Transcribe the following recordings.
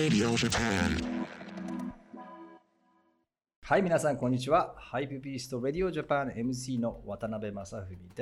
Radio Japan. はい、皆さんこんにちは。ハイプビーストラディオジャパン MC の渡辺正文です。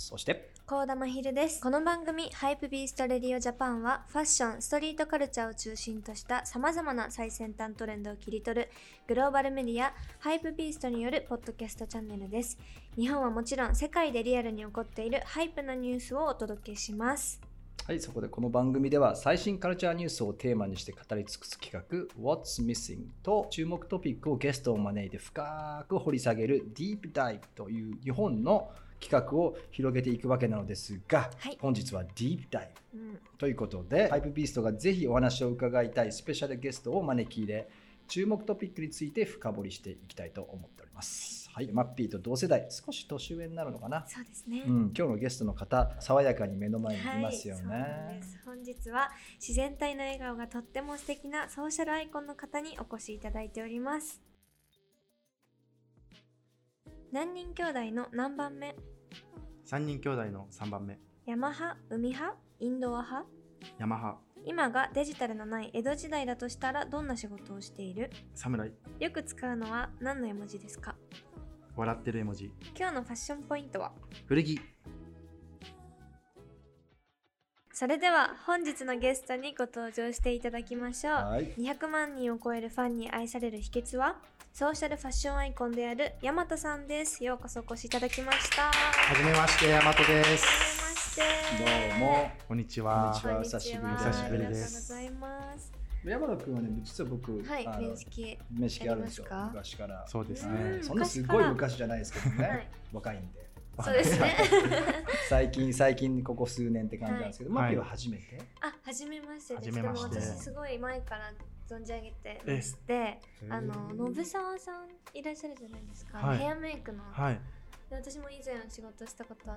そして高田真昼です。この番組ハイプビーストラディオジャパンはファッション、ストリートカルチャーを中心とした様々な最先端トレンドを切り取るグローバルメディアハイプビーストによるポッドキャストチャンネルです。日本はもちろん世界でリアルに起こっているハイプなニュースをお届けします。 はい、そこでこの番組では最新カルチャーニュースをテーマにして語り尽くす企画 What's Missing と注目トピックをゲストを招いて深く掘り下げる Deep Dive という日本の企画を広げていくわけなのですが、 はい、 本日は Deep Dive、ということでハイプビーストがぜひお話を伺いたいスペシャルゲストを招き入れ注目トピックについて深掘りしていきたいと思っております。はい、マッピーと同世代、少し年上になるのかな。 そうですね。 今日のゲストの方、爽やかに目の前にいますよね。 はい、そうです。本日は自然体の笑顔がとっても素敵なソーシャルアイコンの方にお越しいただいております。何人兄弟の何番目 3人兄弟の3番目。 山派、海派、インドア派。 山派。 今がデジタルのない江戸時代だとしたらどんな仕事をしている？ 侍。 よく使うのは何の絵文字ですか？ 笑ってる絵文字。 今日のファッションポイントは？ 古着。 それでは本日のゲストにご登場していただきましょう。 はい、 200万人を超えるファンに愛される秘訣はソーシャルファッションアイコンである大和さんです。ようこそお越しいただきました。 はじめまして、大和です。 はじめまして。 どうも。 こんにちは。 こんにちは。久しぶりです。 久しぶりです。 ありがとうございます。 山田君はね、実は僕、 はい、 面識あるんですよ。昔から。 そうですね。 そんなすごい昔じゃないですけどね。はい、若いんで。 そうですね。 最近ここ数年って感じなんですけど、マッピーは初めて？ 初めましてです。でも私すごい前から存じ上げてまして、信沢さんいらっしゃるじゃないですか。ヘアメイクの。はい。で私も以前仕事したことあって、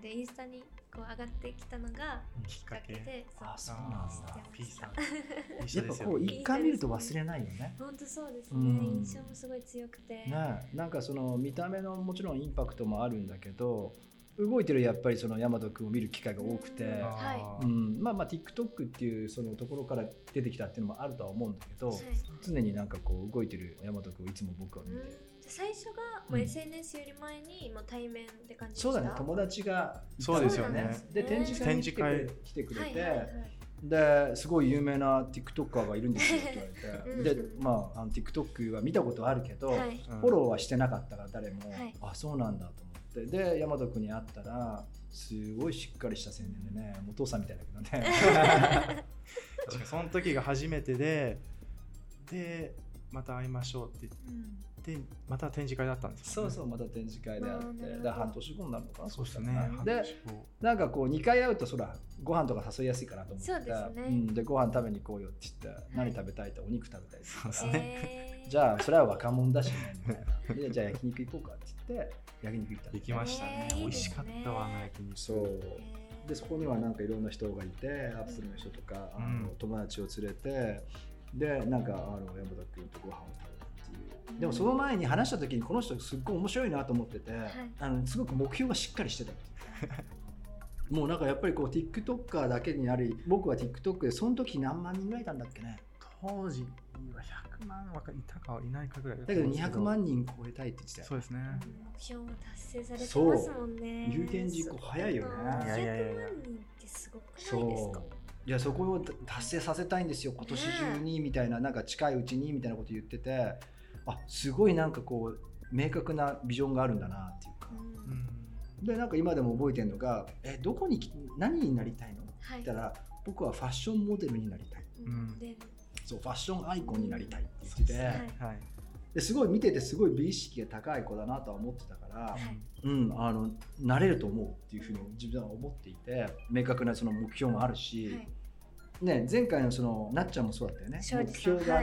でインスタにこう上がってきたのがきっかけで、 そうなんですね。 P さん。 やっぱこう一回見ると忘れないよね。 本当そうですね。印象もすごい強くて。 ね、なんかその見た目のもちろんインパクトもあるんだけど、動いてるやっぱりその大和君を見る機会が多くて、まあ TikTok っていうそのところから出てきたっていうのもあるとは思うんだけど、常になんかこう動いてる大和君をいつも僕は見て。 最初がもう SNS より前にもう対面って感じでした。 そうだね、友達がそうですよね。 で展示会に来てくれて、ですごい有名な TikToker がいるんですよって言われて、でTikTok は見たことあるけど、フォローはしてなかったから誰も、あ、そうなんだと思って、で大和君に会ったらすごいしっかりした青年でね、お父さんみたいだけどね。 その時が初めてでまた会いましょうって言って。でまた展示会だったんですよね。そう、 また展示会であって、半年後になるのかな。 そうですね。 でなんかこう2回会うとそらご飯とか誘いやすいかなと思って、 そうですね。 でご飯食べに行こうよって言って、何食べたいってお肉食べたいってそうですね。 じゃあそれは若者だしねみたいな。じゃあ焼肉行こうかって言って焼肉行きましたね。美味しかったわな焼肉。 そうでそこにはなんかいろんな人がいて、アップルの人とか友達を連れて、でなんか山田君とご飯を食べて。でもその前に話した時にこの人すっごい面白いなと思ってて、すごく目標がしっかりしてたもうなんかやっぱりこう TikToker だけにあり、僕は TikTok でその時何万人ぐらいいたんだっけね。 当時は100万いたかいないかぐらいだけど200万人超えたいって言ってたよ。 そうですね。 目標も達成されてますもんね。 有言実行早いよね。 200万人ってすごくないですか？ いやそこを達成させたいんですよ今年中にみたいな、なんか近いうちにみたいなこと言ってて、すごいなんかこう明確なビジョンがあるんだなっていうか、でなんか今でも覚えてるのがどこに何になりたいのって言ったら、僕はファッションモデルになりたい、そうファッションアイコンになりたいって言ってて、ですごい見ててすごい美意識が高い子だなとは思ってたから、なれると思うっていうふうに自分は思っていて、明確なその目標もあるし、ね、前回のそのなっちゃんもそうだったよね。目標があって、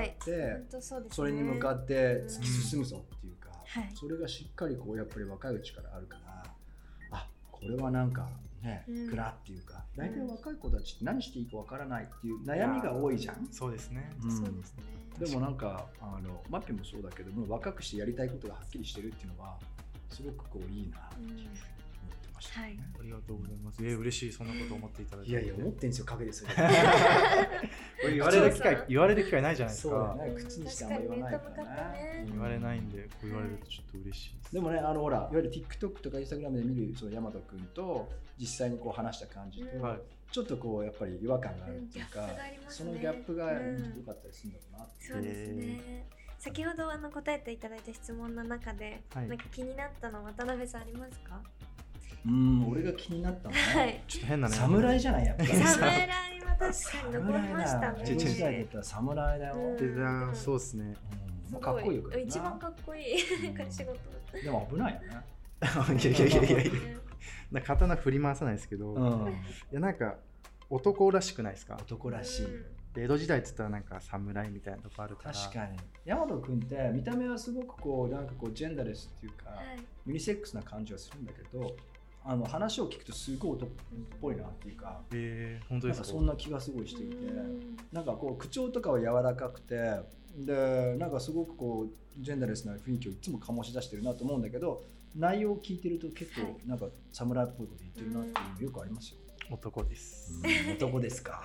それに向かって突き進むぞっていうか、それがしっかりこうやっぱり若いうちからあるから、これはなんかね、くらっていうか、大体若い子たちって何していいかわからないっていう悩みが多いじゃん。 そうですね。 でもなんかマッピーもそうだけども、若くしてやりたいことがはっきりしてるっていうのはすごくこういいなっていうふうに思ってました、 はい、 ありがとうございます。嬉しい、そんなこと思っていただいて。 いやいや思ってんですよ陰ですよ。 これ言われる機会ないじゃないですか。 そうね、口にしてあんま言わないからね。 言われないんで、こう言われるとちょっと嬉しいです。 でもね、ほらいわゆる TikTok とか Instagram で見るその大和くんと実際にこう話した感じと、ちょっとこうやっぱり違和感があるっていうか、そのギャップが良かったりするんだろうなって。 そうですね。先ほど答えていただいた質問の中で、なんか気になったの渡辺さんありますか？ 俺が気になったのね、 ちょっと変なね、 侍じゃないやっぱり。 侍は確かに残りましたね。 時代で言ったら侍だよ。 そうですね。 かっこいいよ。 一番かっこいい仕事。 でも危ないよね。 いや刀振り回さないですけど、いやなんか男らしくないですか？ 男らしい。 江戸時代って言ったらなんか侍みたいなとこあるから。 確かに大和くんって見た目はすごくこうなんかこうジェンダーレスっていうか、ユニセックスな感じはするんだけど、話を聞くとすごい男っぽいなっていうか、 本当ですか？ なんかそんな気がすごいしていて、なんかこう口調とかは柔らかくて、でなんかすごくこうジェンダーレスな雰囲気をいつも醸し出してるなと思うんだけど、内容を聞いてると結構なんか侍っぽいこと言ってるなっていうのよくありますよ。 男です。 男ですか。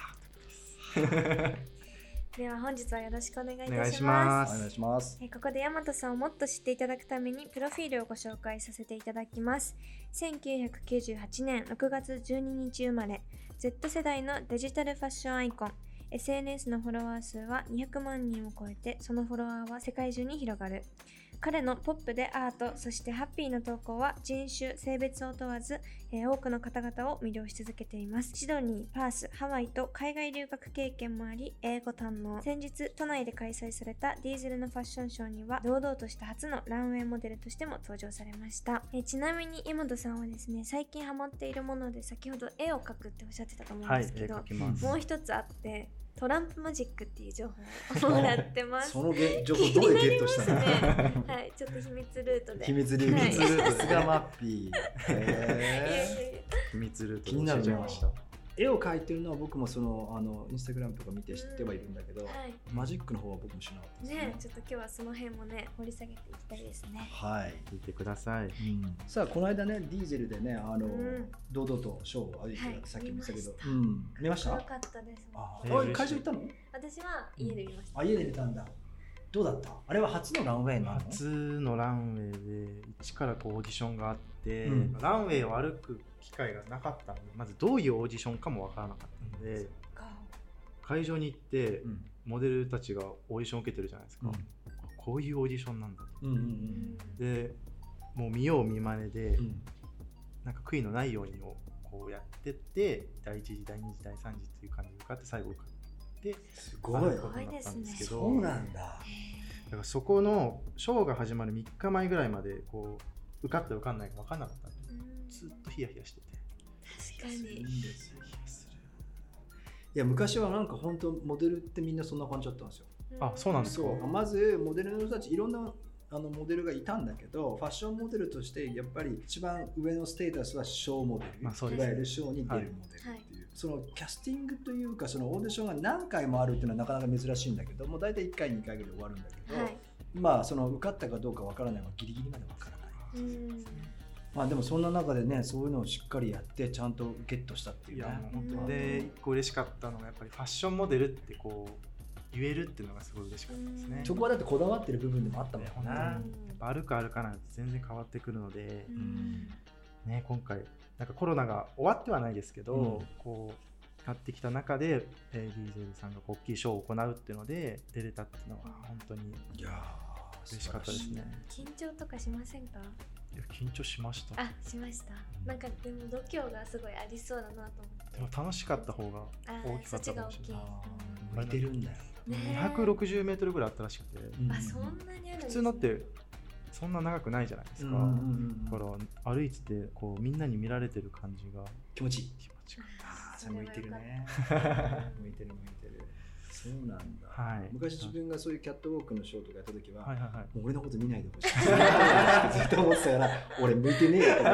では本日はよろしくお願いいたします。 お願いします。 ここで大和さんをもっと知っていただくためにプロフィールをご紹介させていただきます。1998年6月12日生まれ、Z 世代のデジタルファッションアイコン。SNS のフォロワー数は200万人を超えて、そのフォロワーは世界中に広がる。彼のポップでアート、そしてハッピーな投稿は人種、性別を問わず、多くの方々を魅了し続けています。シドニー、パース、ハワイと海外留学経験もあり、英語堪能。先日、都内で開催されたディーゼルのファッションショーには、堂々とした初のランウェイモデルとしても登場されました。ちなみに、大和さんはですね、最近ハマっているもので、先ほど絵を描くっておっしゃってたと思うんですけど、もう一つあって、トランプマジックっていう情報をもらってます。 その情報どうでゲットしたの？ はい、ちょっと秘密ルートで。 秘密ルート。さすがマッピー。秘密ルート。 気になっちゃいました。絵を描いてるのは僕もそのインスタグラムとか見て知ってはいるんだけど、マジックの方は僕も知らなかったですね。 ちょっと今日はその辺もね掘り下げていきたいですね。 はい、 聞いてください。 さあこの間ねディーゼルでね堂々とショーを歩いてさっき見たけど、見ました？ よかったです。 会場行ったの？ 私は家で見ました。 家で見たんだ。どうだった？あれは初のランウェイなの？ 初のランウェイで一からこうオーディションがあって、ランウェイを歩く機会がなかったので、まずどういうオーディションかもわからなかったので、会場に行ってモデルたちがオーディションを受けてるじゃないですか。こういうオーディションなんだと。でもう見よう見まねで、なんか悔いのないようにこうやってって第1次第2次第3次っていう感じで受かって最後受かって。 すごいですね。 そうなんだ。 だからそこのショーが始まる3日前ぐらいまでこう受かった受かんないか分かんなかったんで、ずっとヒヤヒヤしてて。 確かに。 いや昔はなんか本当モデルってみんなそんな感じだったんですよ。 あ、そうなんですか。 まずモデルの人たちいろんなモデルがいたんだけど、ファッションモデルとしてやっぱり一番上のステータスはショーモデル、いわゆるショーに出るモデルっていう、そのキャスティングというかそのオーディションが何回もあるっていうのはなかなか珍しいんだけど、もう大体1回2回ぐらいで終わるんだけど、まあその受かったかどうかわからないのはギリギリまでわからない。まあでもそんな中でね、そういうのをしっかりやってちゃんとゲットしたっていうね。 いやもう本当で一個嬉しかったのがやっぱりファッションモデルってこう言えるっていうのがすごい嬉しかったですね。 そこはだってこだわってる部分でもあったもんね。 歩く歩かないと全然変わってくるので、ね、今回なんかコロナが終わってはないですけど、こうやってきた中で、ディーゼルさんが大きいショーを行うっていうので出れたっていうのは本当に嬉しかったですね。 緊張とかしませんか？ いや緊張しました。 あ、しました。なんかでも度胸がすごいありそうだなと思って。 でも楽しかった方が大きかったかもしれない。 向いてるんだよ。 260メートルぐらいあったらしくて、 あ、そんなにあるんですね。 普通のってそんな長くないじゃないですか。だから歩いててこうみんなに見られてる感じが気持ちいい。 あ、 それ向いてるね。向いてる。そうなんだ。昔自分がそういうキャットウォークのショーとかやった時は、もう俺のこと見ないでほしい。ずっと思ってたから、俺向いてねえよと思って。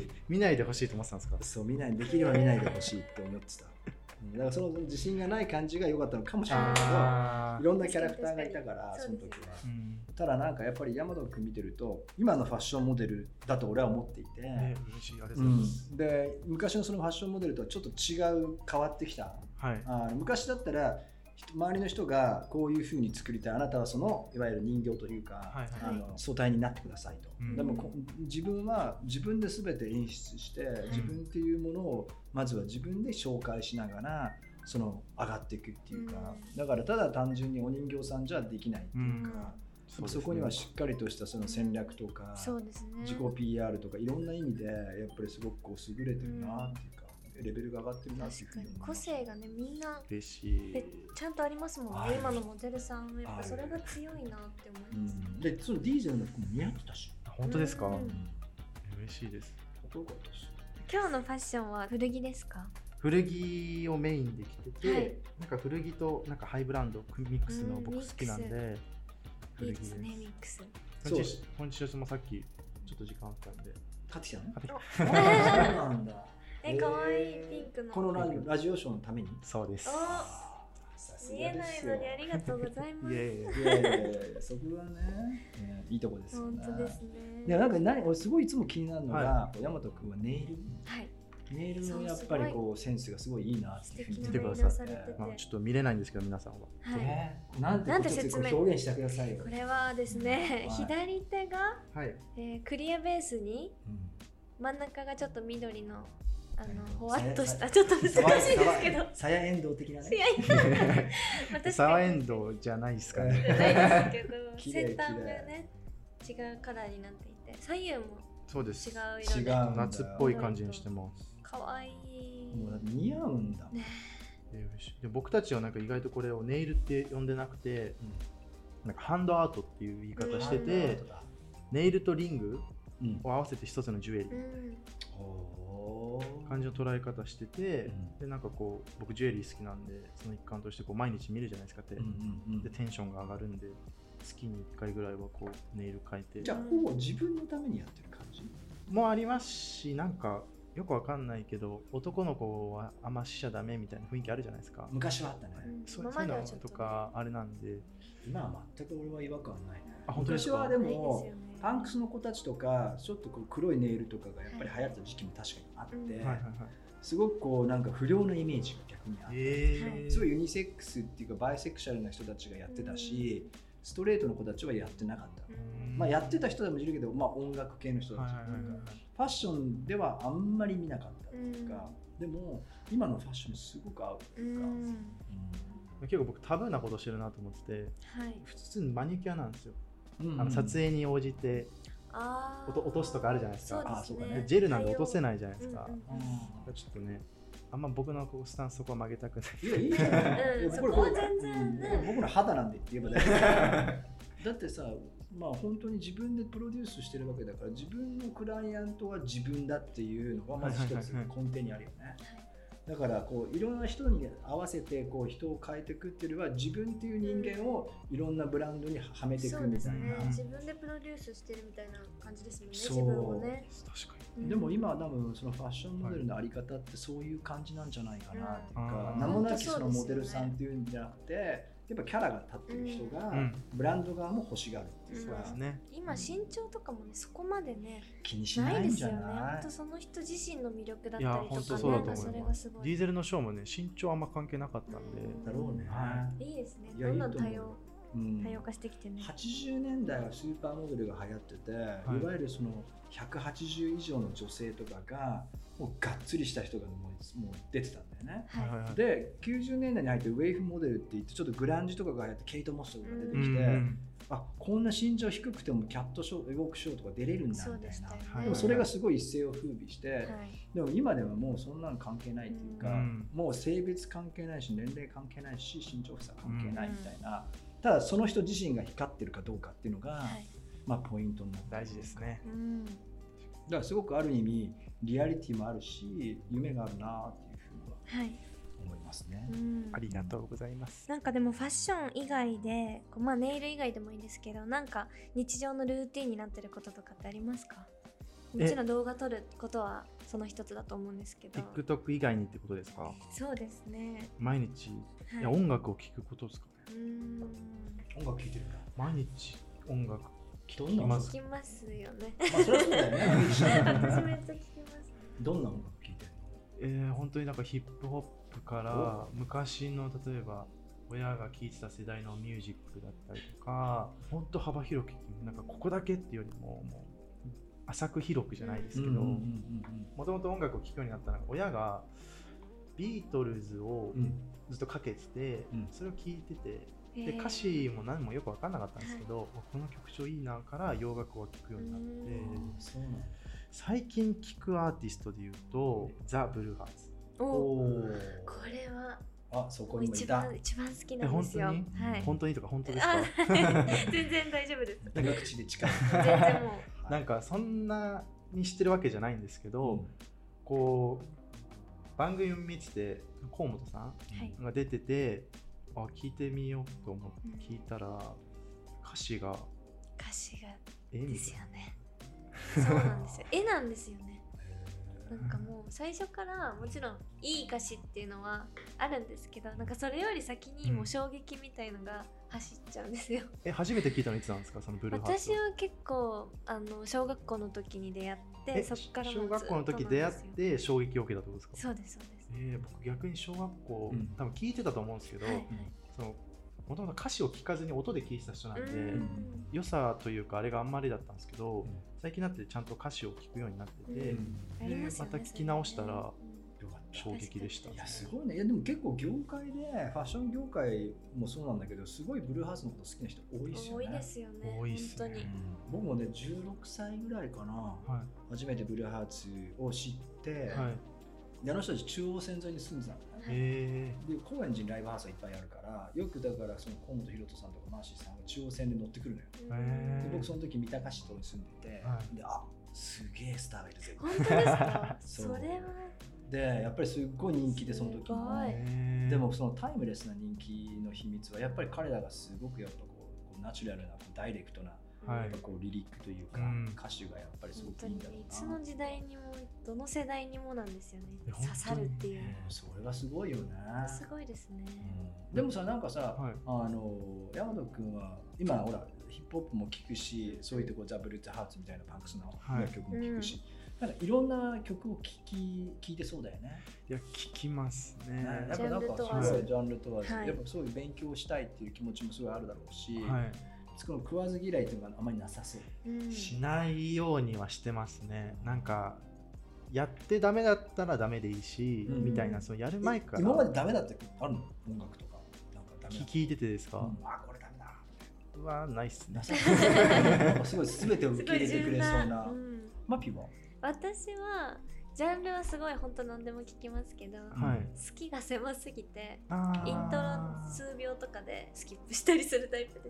見ないでほしいと思ってたんですか？ そう、できれば見ないでほしいって思ってた。 だからその自信がない感じが良かったのかもしれないけど、いろんなキャラクターがいたからその時は、ただなんかやっぱり大和君見てると今のファッションモデルだと俺は思っていて、 嬉しい、ありがとうございます。 で昔のそのファッションモデルとはちょっと違う変わってきた、昔だったら周りの人がこういう風に作りたい、あなたはそのいわゆる人形というか、素体になってくださいと、でも自分は自分で全て演出して、自分っていうものをまずは自分で紹介しながらその上がっていくっていうか、だからただ単純にお人形さんじゃできないっていうか、そこにはしっかりとしたその戦略とか、自己 PR とかいろんな意味でやっぱりすごくこう優れてるなっていうか、レベルが上がってるなっていうふうに思います。 個性がね、みんな嬉しいちゃんとありますもんね、今のモデルさんやっぱそれが強いなって思います、 でそのディーゼルの服も似合ってたし。 本当ですか？嬉しいです。 かっこよかったし。 今日のファッションは古着ですか？ 古着をメインで着てて、なんか古着となんかハイブランドミックスの僕好きなんで、 古着ですね。ミックス。 本日もさっきちょっと時間あったんで買ってきたの？ 買ってきた。 そうなんだ。 可愛いピンクの。 このラジオショーのために？ そうです。 見えないのにありがとうございます。 いやそこはね、いいとこですよね。 本当ですね。 でなんか俺すごいいつも気になるのが、大和君はネイル。ネイルのやっぱりこうセンスがすごいいいなっていうふうに見てください。ちょっと見れないんですけど皆さんは。 なんて説明表現してくださいよ。 これはですね、左手がクリアベースに真ん中がちょっと緑のほわっとしたちょっと難しいですけど、 サヤエンドウ的なね。 サヤエンドウじゃないですかね。 ないですけど、先端がね違うカラーになっていて、左右もそうです。 違う色で夏っぽい感じにしてます。 可愛い。 もう似合うんだ。 で僕たちはなんか意外とこれをネイルって呼んでなくて、なんかハンドアートっていう言い方してて、ネイルとリングを合わせて一つのジュエリー感じの捉え方してて、でなんかこう僕ジュエリー好きなんで、その一環としてこう毎日見るじゃないですかって、でテンションが上がるんで、月に1回ぐらいはこうネイル変えて。 じゃあほぼ自分のためにやってる感じもありますし、なんかよくわかんないけど男の子はあんましちゃダメみたいな雰囲気あるじゃないですか。 昔はあったね。 そういうのとかあれなんで、 今は全く俺は違和感ないね。 昔はでもパンクスの子たちとかちょっとこう黒いネイルとかがやっぱり流行った時期も確かにあって、すごくこうなんか不良のイメージが逆にあって、すごいユニセックスっていうかバイセクシャルな人たちがやってたし、ストレートの子たちはやってなかった。やってた人でもいるけど、音楽系の人たちとか、ファッションではあんまり見なかったというか、でも今のファッションすごく合うというか、 結構僕タブーなことしてるなと思ってて、普通にマニキュアなんですよ。撮影に応じて落とすとかあるじゃないですか。ジェルなんで落とせないじゃないですか。ちょっとね、あんま僕のスタンスそこは曲げたくない。 いやいいじゃない。そこは全然僕の肌なんでって言えば大丈夫。だってさ、本当に自分でプロデュースしてるわけだから、自分のクライアントは自分だっていうのがまず一つ根底にあるよね。だからこういろんな人に合わせてこう人を変えていくっていうよりは、自分っていう人間をいろんなブランドにはめていくみたいな。 自分でプロデュースしてるみたいな感じですもんね。自分をね。 確かに。 でも今は多分そのファッションモデルのあり方ってそういう感じなんじゃないかなっていうか、名もなきそのモデルさんっていうんじゃなくて、やっぱキャラが立ってる人がブランド側も欲しがるっていうか、 今身長とかもねそこまでね気にしないんじゃない？ 本当その人自身の魅力だったりとかね。 いや本当そうだと思います。ディーゼルのショーもね身長あんま関係なかったんで。 だろうね。 いいですね。どんどん多様化してきてね。 80年代はスーパーモデルが流行ってて、いわゆるその180以上の女性とかがもうがっつりした人がもう出てたんだよね。で90年代に入ってウェイフモデルって言ってちょっとグランジとかが流行ってケイト・モスとかが出てきて、こんな身長低くてもキャットショー、ウォークショーとか出れるんだみたいな。でもそれがすごい一世を風靡して、でも今ではもうそんなの関係ないっていうか、もう性別関係ないし年齢関係ないし身長差関係ないみたいな。ただその人自身が光ってるかどうかっていうのが、ポイントになって大事ですね。 だからすごくある意味リアリティもあるし夢があるなっていうふうには思いますね。 ありがとうございます。 なんかでもファッション以外で、ネイル以外でもいいんですけど、なんか日常のルーティンになってることとかってありますか？ もちろん動画撮ることはその一つだと思うんですけど。 TikTok 以外にってことですか？ そうですね。 毎日、 はい、 いや音楽を聴くことですか？ 音楽聴いてるんだ。 毎日音楽聴きますよね。 まあそれはそうだよね。 私めっちゃ聴きます。 どんな音楽聴いてるの？ 本当になんかヒップホップから昔の例えば親が聴いてた世代のミュージックだったりとか、本当幅広く聴く。なんかここだけっていうよりも浅く広くじゃないですけど、もともと音楽を聴くようになったのが親がビートルズをずっとかけてて、それを聴いてて、で歌詞も何もよく分かんなかったんですけど、この曲調いいなから洋楽を聴くようになって、最近聴くアーティストでいうとザ・ブルーハーツ。 これはそこにもいた。 一番好きなんですよ。 本当にとか本当ですか？ 全然大丈夫です。 手が口で近い。 全然もうなんかそんなに知ってるわけじゃないんですけど、こう番組を見てて河本さんが出てて、聞いてみようと思って聞いたら、歌詞がですよね。そうなんですよ。絵なんですよね。なんかもう最初からもちろんいい歌詞っていうのはあるんですけど、なんかそれより先にもう衝撃みたいのが走っちゃうんですよ。 初めて聞いたのいつなんですか、そのブルーハーツ？ 私は結構小学校の時に出会って、そっから小学校の時出会って衝撃を受けたってことですか？ そうですそうです。 僕逆に小学校、多分聞いてたと思うんですけど、もともと歌詞を聞かずに音で聞いてた人なんで、良さというかあれがあんまりだったんですけど、最近になってちゃんと歌詞を聞くようになってて、でまた聞き直したら衝撃でした。 いやすごいね。いやでも結構業界でファッション業界もそうなんだけど、すごいブルーハーツのこと好きな人多いですよね。 多いですよね。 多いですね。 僕もね16歳ぐらいかな、初めてブルーハーツを知って、であの人たち中央線沿いに住んでたのね。で高円寺にライブハウスがいっぱいあるから、よくだからその河本大翔さんとかマーシーさんが中央線で乗ってくるのよ。で僕その時三鷹市に住んでて、ですげえスターがいるぜ。 本当ですか？それはでやっぱりすっごい人気で、その時もでもそのタイムレスな人気の秘密はやっぱり彼らがすごくやっぱこうナチュラルなダイレクトなやっぱこうリリックというか、歌詞がやっぱりすごくいいんだろうな。 いつの時代にもどの世代にもなんですよね。刺さるっていう。 それがすごいよね。 すごいですね。 でもさ、なんかさ、大和君は今ほらヒップホップも聴くし、そういうとこザ・ブルーツ・ハーツみたいなパンクスの曲も聴くし、なんかいろんな曲を聴いてそうだよね。 いや聴きますね。 やっぱなんかすごいジャンル問わず、やっぱそういう勉強したいっていう気持ちもすごいあるだろうし。食わず嫌いというのがあまりなさそう、 しないようにはしてますね。なんかやってダメだったらダメでいいし、みたいな、そうやる前から。 今までダメだった曲あるの？音楽とかなんかダメ聞いててですか？ これダメだ。 ないっすね。 すごい全てを受け入れてくれそうな。マピは？ 私はジャンルはすごい本当何でも聞きますけど、好きが狭すぎてイントロ数秒とかでスキップしたりするタイプです。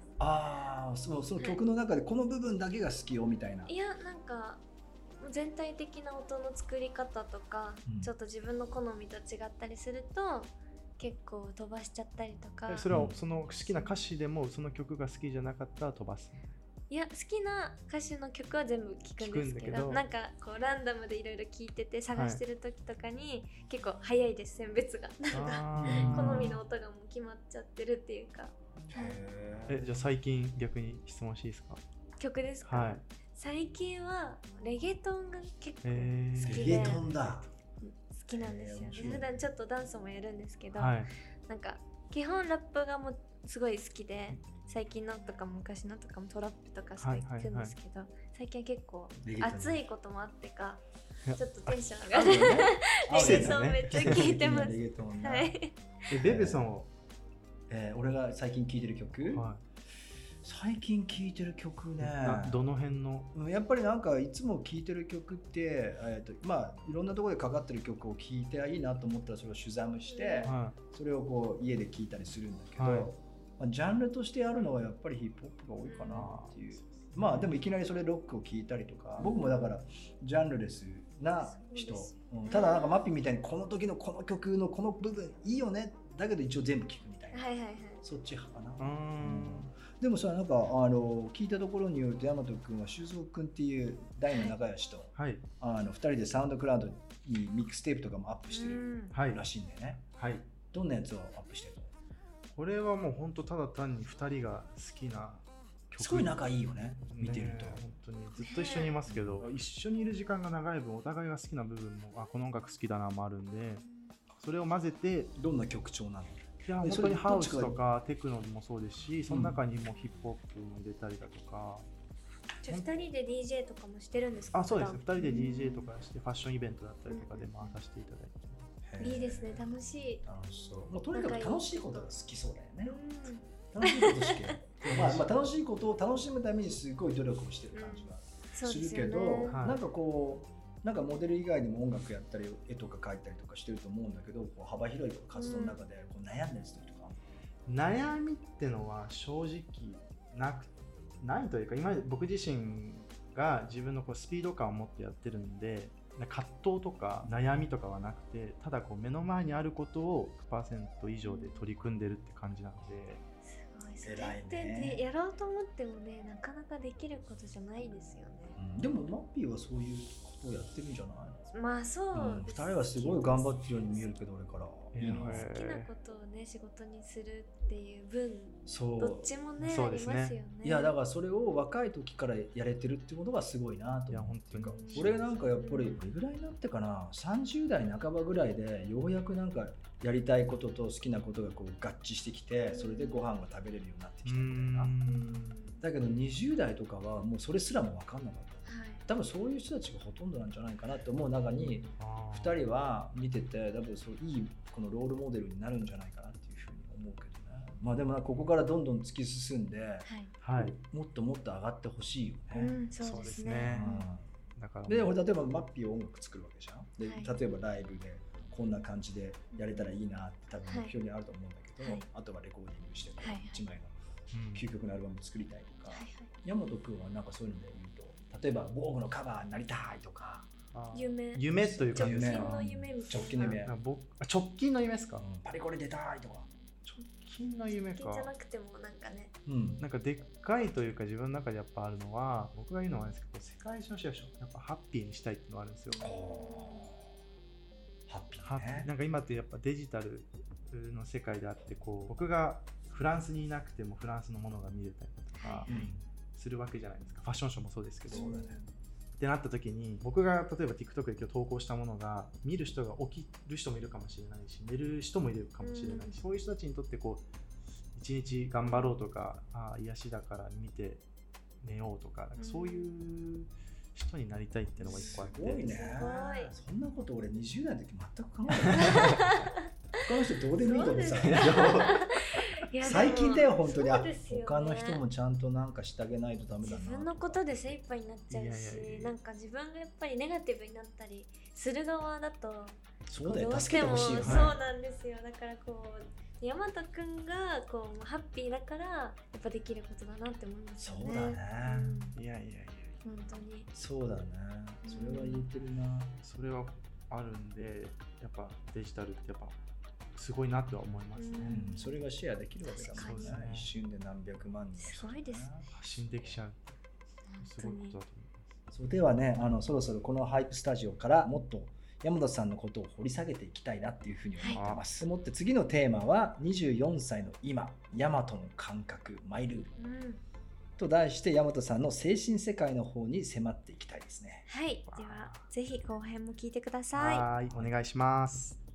その曲の中でこの部分だけが好きよみたいな。 いやなんか全体的な音の作り方とか、ちょっと自分の好みと違ったりすると結構飛ばしちゃったりとか。 それはその好きな歌詞でもその曲が好きじゃなかったら飛ばす？ いや好きな歌手の曲は全部聴くんですけど、なんかこうランダムでいろいろ聴いてて探してる時とかに、結構早いです、選別が。好みの音がもう決まっちゃってるっていうか。 じゃあ最近逆に質問していいですか？ 曲ですか？最近はレゲトンが結構好きで。 レゲトンだ。 好きなんですよね。普段ちょっとダンスもやるんですけど、なんか基本ラップがもうすごい好きで、最近のとか昔のとかもトラップとかして聞くんですけど、最近結構暑いこともあってかちょっとテンション上がる。レゲトンめっちゃ聴いてます。 ベベさんは？ 俺が最近聴いてる曲、最近聴いてる曲ね、 どの辺の？ やっぱりなんかいつも聴いてる曲って、いろんなところでかかってる曲を聴いていいなと思ったらそれをシュザムして、それをこう家で聴いたりするんだけど、ジャンルとしてやるのはやっぱりヒップホップが多いかなっていう。でもいきなりそれロックを聴いたりとか、僕もだからジャンルレスな人、ただなんかマッピーみたいにこの時のこの曲のこの部分いいよねだけど一応全部聴くみたいな、そっち派かな。 でもさ、なんか聞いたところによると、大和君は修造君っていう大の仲良しと、 はい、 2人でサウンドクラウドにミックステープとかもアップしてるらしいんだよね。 はい、 どんなやつをアップしてるの？ これはもう本当ただ単に2人が好きな曲。 すごい仲いいよね、見てると。 本当にずっと一緒にいますけど、一緒にいる時間が長い分お互いが好きな部分もこの音楽好きだなもあるんで、それを混ぜて。 どんな曲調なの？ いや本当にハウスとかテクノもそうですし、その中にもヒップホップも入れたりだとか。 じゃあ2人で DJ とかもしてるんですか？ そうです。2人で DJ とかしてファッションイベントだったりとかで回させていただいて。 いいですね、楽しい。 楽しそう。もうとにかく楽しいことが好きそうだよね。楽しいことしか楽しいことを楽しむためにすごい努力をしてる感じがするけど、なんかこうなんかモデル以外にも音楽やったり絵とか描いたりとかしてると思うんだけど、こう幅広い活動の中でこう悩んだりするとか。 悩みってのは正直ないというか、今僕自身が自分のこうスピード感を持ってやってるんで、葛藤とか悩みとかはなくて、ただこう目の前にあることを 100% 以上で取り組んでるって感じなんで。 すごい。それってやろうと思ってもね、なかなかできることじゃないですよね。 でもマッピーはそういうことをやってるんじゃない？ まあそう 2人はすごい頑張ってるように見えるけど、俺から好きなことをね仕事にするっていう分、どっちもねありますよね。 いやだからそれを若い時からやれてるってことがすごいなと思ってるか。俺なんかやっぱりどれぐらいになってかな、30代半ばぐらいでようやくなんかやりたいことと好きなことがこう合致してきて、それでご飯が食べれるようになってきたみたいな。だけど20代とかはもうそれすらも分かんなかった。多分そういう人たちがほとんどなんじゃないかなと思う中に2人は見てて、多分そういいこのロールモデルになるんじゃないかなっていうふうに思うけどね。まあでもここからどんどん突き進んで、もっともっと上がってほしいよね。 そうですね。 だからで俺例えばマッピーを音楽作るわけじゃん。で例えばライブでこんな感じでやれたらいいなって多分目標にあると思うんだけど、あとはレコーディングして1枚の究極のアルバムを作りたいとか。大和くんはなんかそういうので言うと、例えば防具のカバーになりたいとか、 夢というか直近の夢みたいな。 直近の夢。 直近の夢ですか？ パリコレ出たいとか。 直近の夢か。 直近じゃなくてもなんかね。 なんかでっかいというか自分の中でやっぱあるのは、僕が言うのはですけど、世界中の人をやっぱハッピーにしたいっていうのがあるんですよ。 ハッピーね。 なんか今ってやっぱデジタルの世界であって、こう僕がフランスにいなくてもフランスのものが見れたりとかするわけじゃないですか。ファッションショーもそうですけど。ってなった時に、僕が例えば TikTok で今日投稿したものが見る人が起きる人もいるかもしれないし、寝る人もいるかもしれないし、そういう人たちにとってこう一日頑張ろうとか、癒しだから見て寝ようとか、なんかそういう人になりたいっていうのが一個あって。 すごいね。そんなこと俺20代の時全く考えない。他の人どうでもいいと思ってさ。最近だよ本当に。他の人もちゃんとなんかしてあげないとダメだな。 自分のことで精一杯になっちゃうし、なんか自分がやっぱりネガティブになったりする側だと、 そうだよ、助けてほしいよね。 そうなんですよ。だからこう大和くんがこうハッピーだからやっぱできることだなって思いますよね。 そうだね。 いや本当にそうだね。それは言ってるな。 それはあるんで、やっぱデジタルってやっぱすごいなとは思いますね。 それがシェアできるわけだもんね。一瞬で何百万人。 すごいですね。 発信できちゃう。すごいことだと思います。 それではね、そろそろこのハイプスタジオからもっと大和さんのことを掘り下げていきたいなっていうふうに思ってます。もって次のテーマは24歳の今、大和の感覚マイルール。と題して大和さんの精神世界の方に迫っていきたいですね。 はい、ではぜひ後編も聞いてください。 はい、お願いします。